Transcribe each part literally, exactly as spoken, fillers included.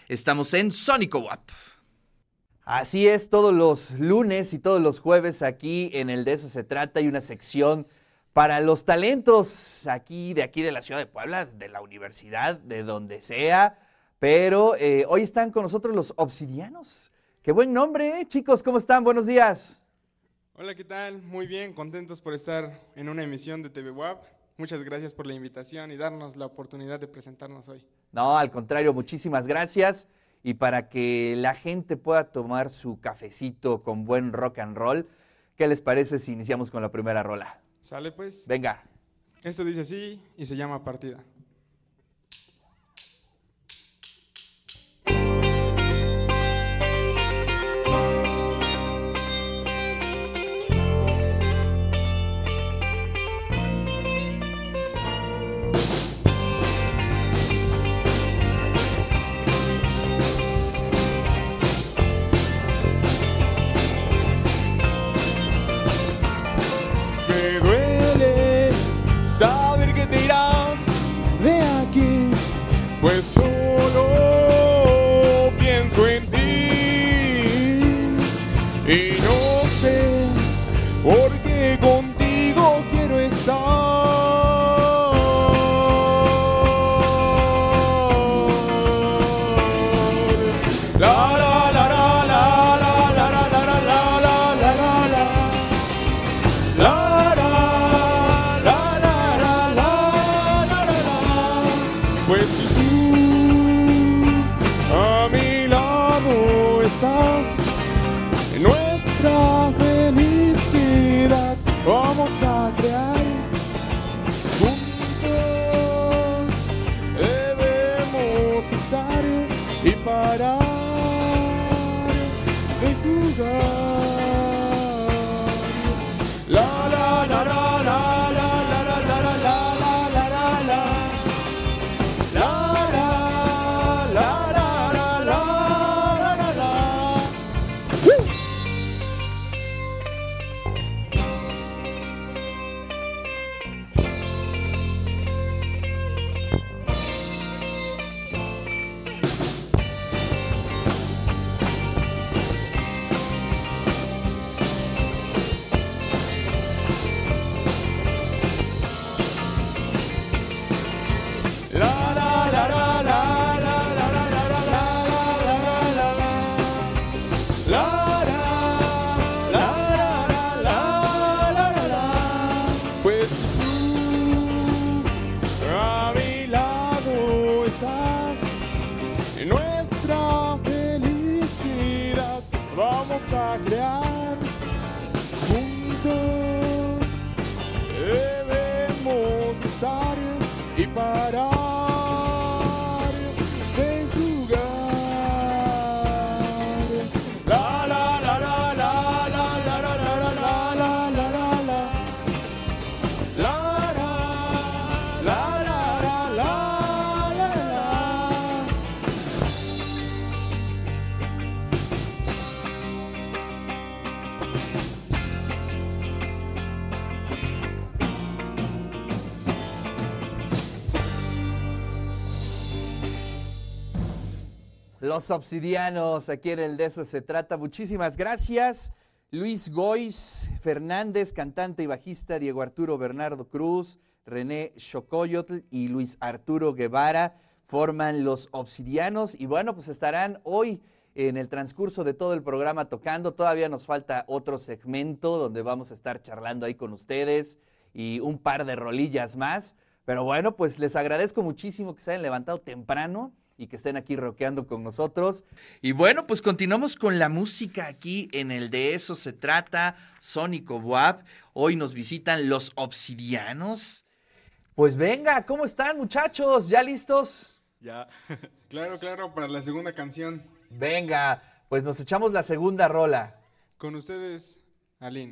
Estamos en Sónico W A P. Así es, todos los lunes y todos los jueves aquí en el De Eso Se Trata hay una sección para los talentos aquí de aquí de la ciudad de Puebla, de la universidad, de donde sea, pero eh, hoy están con nosotros los Obsidianos. Qué buen nombre, ¿eh? Chicos, ¿cómo están? Buenos días. Hola, ¿qué tal? Muy bien, contentos por estar en una emisión de T V W A P. Muchas gracias por la invitación y darnos la oportunidad de presentarnos hoy. No, al contrario, muchísimas gracias. Y para que la gente pueda tomar su cafecito con buen rock and roll, ¿qué les parece si iniciamos con la primera rola? ¿Sale pues? Venga. Esto dice así y se llama Partida. Saber que te irás de aquí, pues solo pienso en ti y no sé por qué contigo quiero estar. La la la la la la la la la la la la la la. Pues si tú a mi lado estás, en nuestra felicidad vamos a crear juntos. Debemos estar y parar de jugar. La la la la la la la la la la la la la la. Pues tú a mi lado estás, en nuestra felicidad vamos a crear juntos. Debemos estar y parar de jugar. La la la la la la la la la la la la la la la. La la la la la la la la. Los Obsidianos, aquí en el De Eso Se Trata. Muchísimas gracias. Luis Gois Fernández, cantante y bajista, Diego Arturo Bernardo Cruz, René Xocoyotl y Luis Arturo Guevara forman Los Obsidianos. Y bueno, pues estarán hoy en el transcurso de todo el programa tocando. Todavía nos falta otro segmento donde vamos a estar charlando ahí con ustedes y un par de rolillas más. Pero bueno, pues les agradezco muchísimo que se hayan levantado temprano y que estén aquí rockeando con nosotros. Y bueno, pues continuamos con la música aquí en el De Eso Se Trata, Sónico W A P. Hoy nos visitan los Obsidianos. Pues venga, ¿cómo están, muchachos? ¿Ya listos? Ya. Claro, claro, para la segunda canción. Venga, pues nos echamos la segunda rola. Con ustedes, Aline.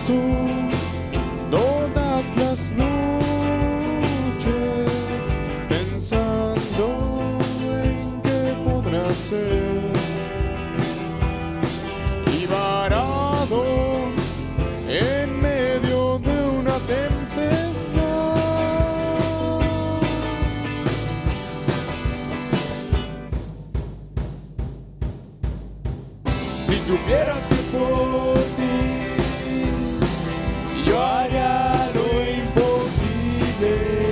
paso todas las noches pensando en qué podrá ser. Y varado en medio de una tempestad, si supieras que por ti yo haría lo imposible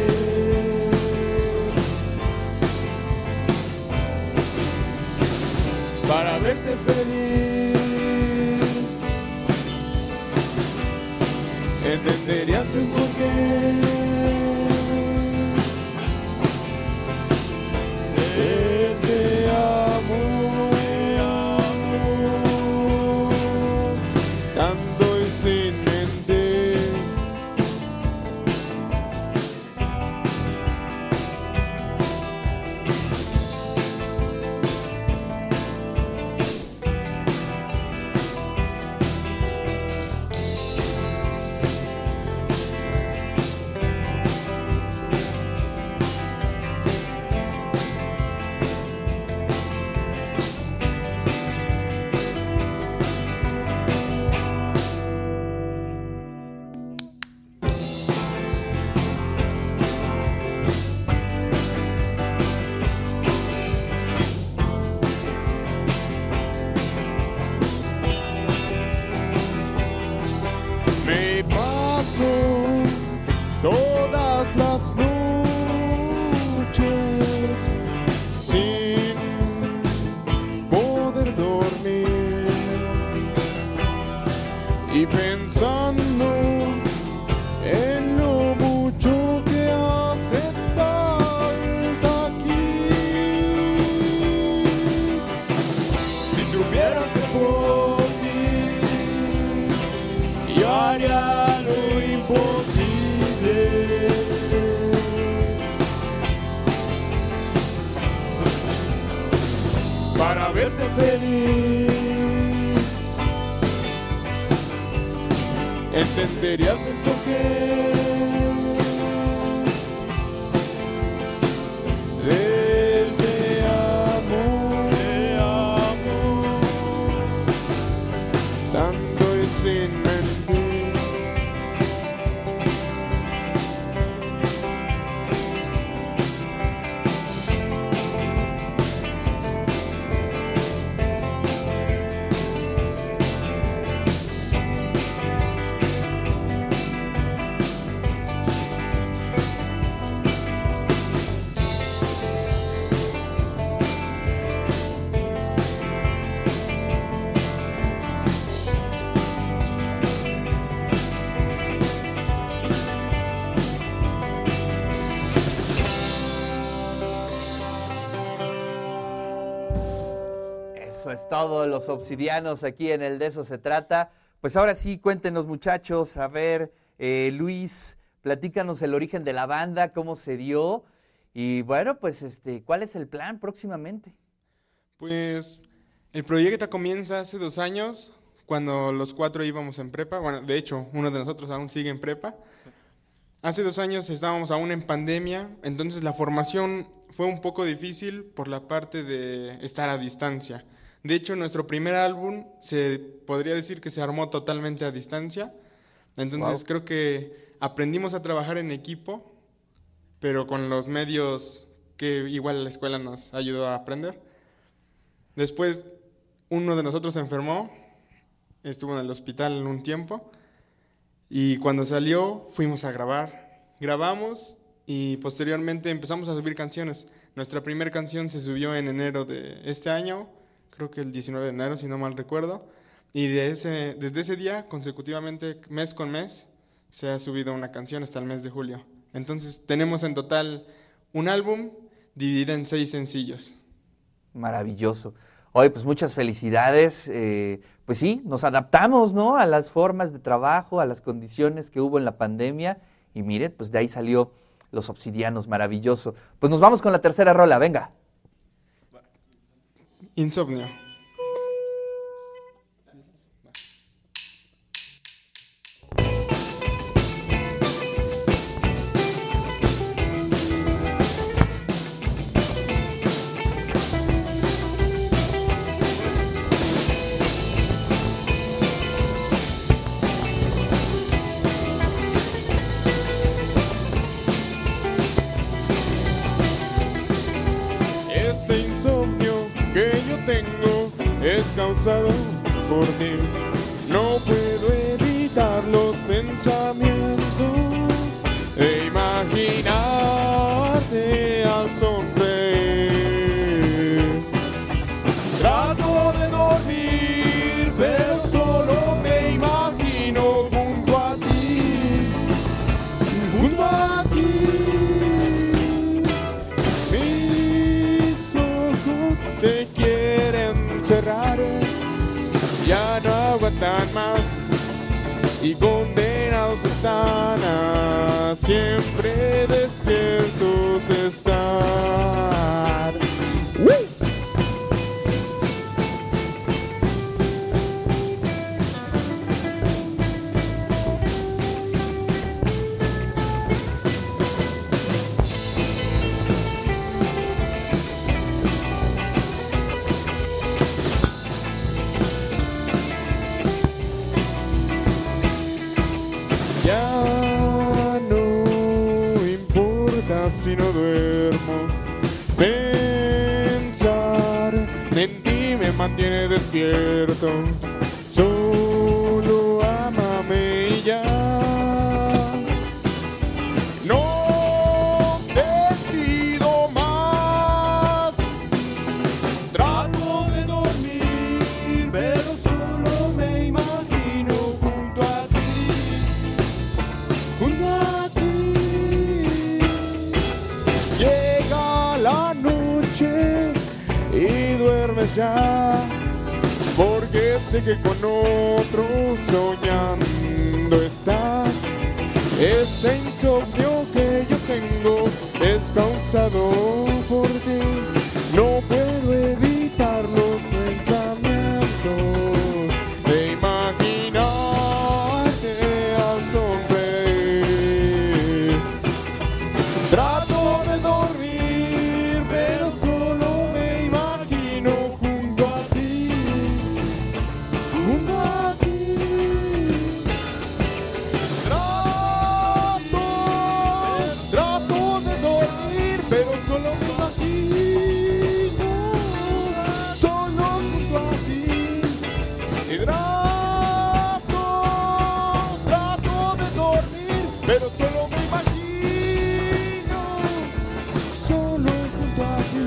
para verte feliz, entenderías el porqué de te amo, tanto y sin mentir. Me paso todas las noches sin poder dormir y pensando en lo mucho que haces falta aquí. Si supieras que por ti yo haría lo imposible para verte feliz, entenderías el porqué del te amo, te amo, tanto y sin mentir. Eso es todo, los obsidianos aquí en el De Eso Se Trata. Pues ahora sí, cuéntenos muchachos, a ver, eh, Luis, platícanos el origen de la banda, cómo se dio y bueno, pues este, ¿cuál es el plan próximamente? Pues el proyecto comienza hace dos años, cuando los cuatro íbamos en prepa. Bueno, de hecho, uno de nosotros aún sigue en prepa. Hace dos años estábamos aún en pandemia, entonces la formación fue un poco difícil por la parte de estar a distancia. De hecho, nuestro primer álbum se podría decir que se armó totalmente a distancia. Entonces Wow. creo que aprendimos a trabajar en equipo, pero con los medios que igual la escuela nos ayudó a aprender. Después, uno de nosotros se enfermó, estuvo en el hospital un tiempo, y cuando salió fuimos a grabar. Grabamos y posteriormente empezamos a subir canciones. Nuestra primera canción se subió en enero de este año, creo que el diecinueve de enero, si no mal recuerdo, y de ese, desde ese día, consecutivamente, mes con mes, se ha subido una canción hasta el mes de julio. Entonces, tenemos en total un álbum dividido en seis sencillos. Maravilloso. Oye, pues muchas felicidades. Eh, pues sí, nos adaptamos, ¿no? A las formas de trabajo, a las condiciones que hubo en la pandemia. Y miren, pues de ahí salió Los Obsidianos, maravilloso. Pues nos vamos con la tercera rola, venga. Insomnio. causado por ti. No puedo evitar los pensamientos e imaginarte al sonreír. Trato de dormir, pero solo me imagino junto a ti, junto a ti. Mis ojos se quieren cerrar, ya no aguantan más y condenados están a siempre despiertos estar. ¡Woo! Ya no importa si no duermo, pensar en ti me mantiene despierto. Solo ámame y ya. No te pido más. Trato de dormir, pero solo me imagino junto a ti, junto a ti. Llega la noche y duermes ya, porque sé que con otro soñando estás. Este insomnio que yo tengo es causado por ti. No puedo evitar los pensamientos de imaginarte al sonreír. Trato de dormir, pero solo me imagino junto a ti, junto a ti. Trato, trato de dormir, pero solo me imagino, solo junto a ti. Y trato, trato de dormir, pero solo me imagino, solo junto a ti.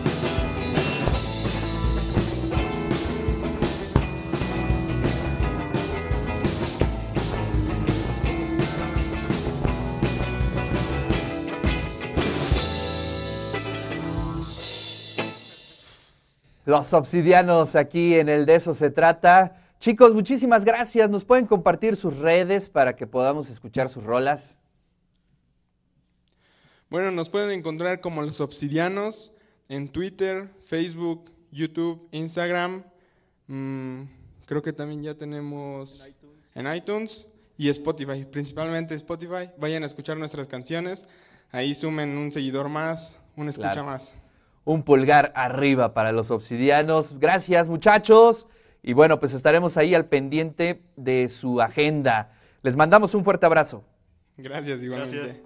Los Obsidianos aquí en el De Eso Se Trata. Chicos, muchísimas gracias. ¿Nos pueden compartir sus redes para que podamos escuchar sus rolas? Bueno, nos pueden encontrar como Los Obsidianos en Twitter, Facebook, YouTube, Instagram. Mm, creo que también ya tenemos en iTunes y Spotify, principalmente Spotify. Vayan a escuchar nuestras canciones. Ahí sumen un seguidor más, una escucha Claro. más. Un pulgar arriba para los Obsidianos. Gracias, muchachos. Y bueno, pues estaremos ahí al pendiente de su agenda. Les mandamos un fuerte abrazo. Gracias, igualmente. Gracias.